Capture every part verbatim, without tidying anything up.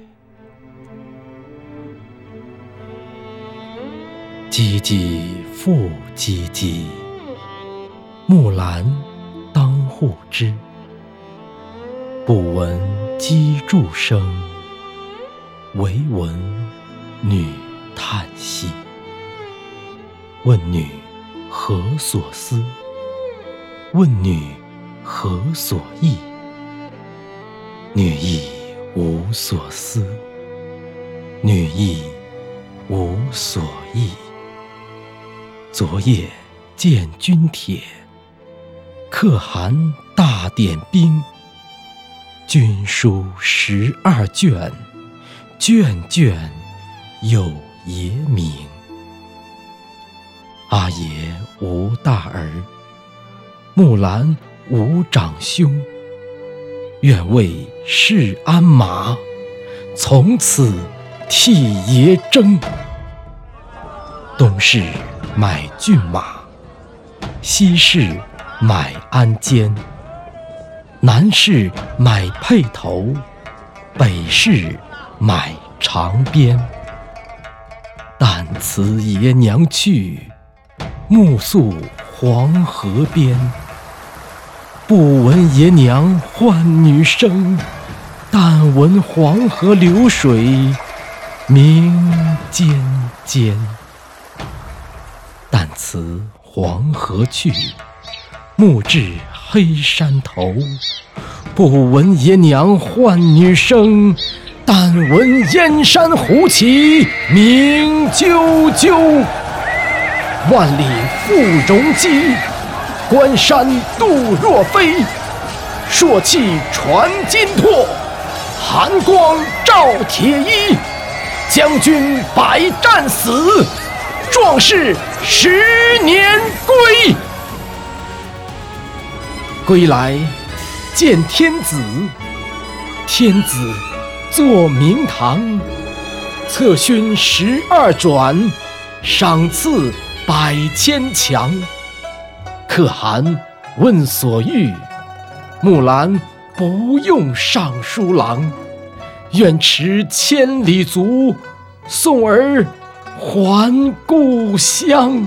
唧唧复唧唧，木兰当户织。不闻机杼声，惟闻女叹息。问女何所思？问女何所忆？女亦无所思，女亦无所忆。昨夜见军帖，可汗大点兵。军书十二卷，卷卷有爷名。阿爷无大儿，木兰无长兄。愿为市鞍马，从此替爷征。东市买骏马，西市买鞍鞯。南市买辔头，北市买长鞭。但辞爷娘去，暮宿黄河边。不闻爷娘唤女声，但闻黄河流水鸣溅溅。但辞黄河去，暮至黑山头。不闻爷娘唤女声，但闻燕山胡骑鸣啾啾。万里赴戎机，关山度若飞。朔气传金柝，寒光照铁衣。将军百战死，壮士十年归。归来见天子，天子坐明堂。策勋十二转，赏赐百千强。可汗问所欲，木兰不用尚书郎。愿驰千里足，送儿还故乡。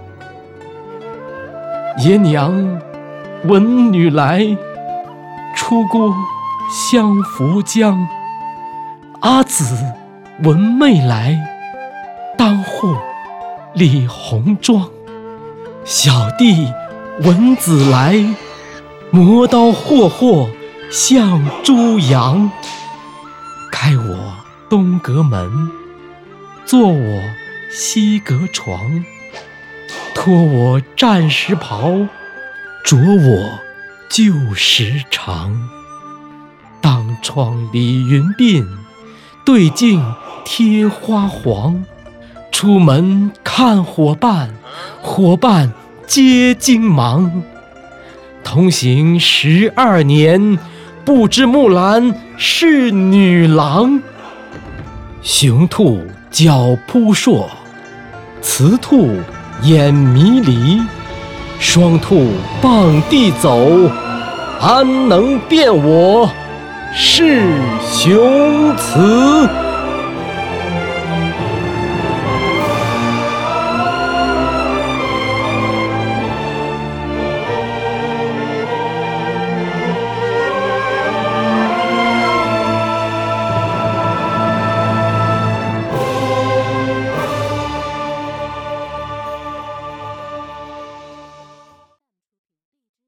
爷娘闻女来，出郭相扶将。阿姊闻妹来，当户理红妆。小弟闻姊来，磨刀霍霍向猪羊。开我东阁门，坐我西阁床。脱我战时袍，着我旧时裳。当窗理云鬓，对镜贴花黄。出门看伙伴，伙伴皆惊忙。同行十二年，不知木兰是女郎。雄兔脚扑朔，雌兔眼迷离。双兔傍地走，安能辨我是雄雌？